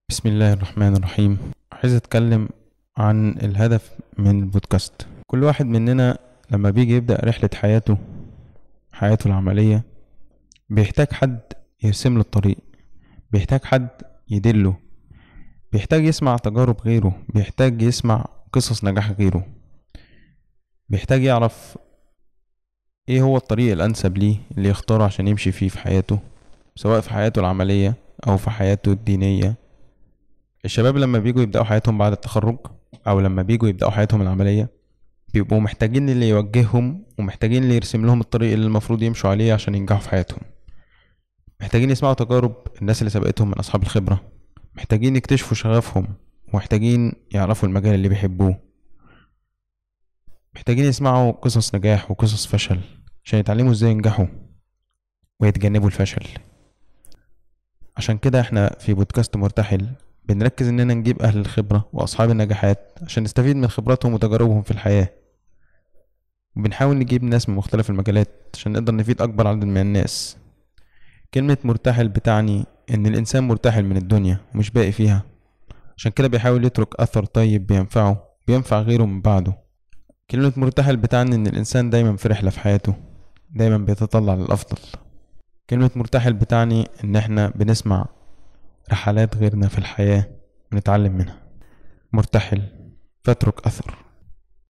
بسم الله الرحمن الرحيم. عايز اتكلم عن الهدف من البودكاست. كل واحد مننا لما بيجي يبدأ رحلة حياته العملية بيحتاج حد يرسم له الطريق، بيحتاج حد يدله، بيحتاج يسمع تجارب غيره، بيحتاج يسمع قصص نجاح غيره، بيحتاج يعرف ايه هو الطريق الانسب ليه اللي يختاره عشان يمشي فيه في حياته، سواء في حياته العملية او في حياته الدينية. الشباب لما بيجوا يبدأوا حياتهم بعد التخرج او لما بيجوا يبدأوا حياتهم العملية بيبقوا محتاجين اللي يوجههم ومحتاجين اللي يرسم لهم الطريق اللي المفروض يمشوا عليه عشان ينجحوا في حياتهم. محتاجين يسمعوا تجارب الناس اللي سبقتهم من أصحاب الخبرة، محتاجين يكتشفوا شغفهم، ومحتاجين يعرفوا المجال اللي بيحبوه، محتاجين يسمعوا قصص نجاح وقصص فشل عشان يتعلموا ازاي ينجحوا ويتجنبوا الفشل. عشان كده احنا في بودكاست مرتحل بنركز اننا نجيب اهل الخبرة واصحاب النجاحات عشان نستفيد من خبراتهم وتجاربهم في الحياة، وبنحاول نجيب ناس من مختلف المجالات عشان نقدر نفيد أكبر عدد من الناس. كلمة مرتحل بتعني إن الإنسان مرتحل من الدنيا ومش باقي فيها، عشان كده بيحاول يترك أثر طيب بينفع غيره من بعده. كلمة مرتحل بتعني إن الإنسان دايما في رحلة في حياته، دايما بيتطلع للأفضل. كلمة مرتحل بتعني إن إحنا بنسمع رحلات غيرنا في الحياة ونتعلم منها. مرتحل فاترك أثر.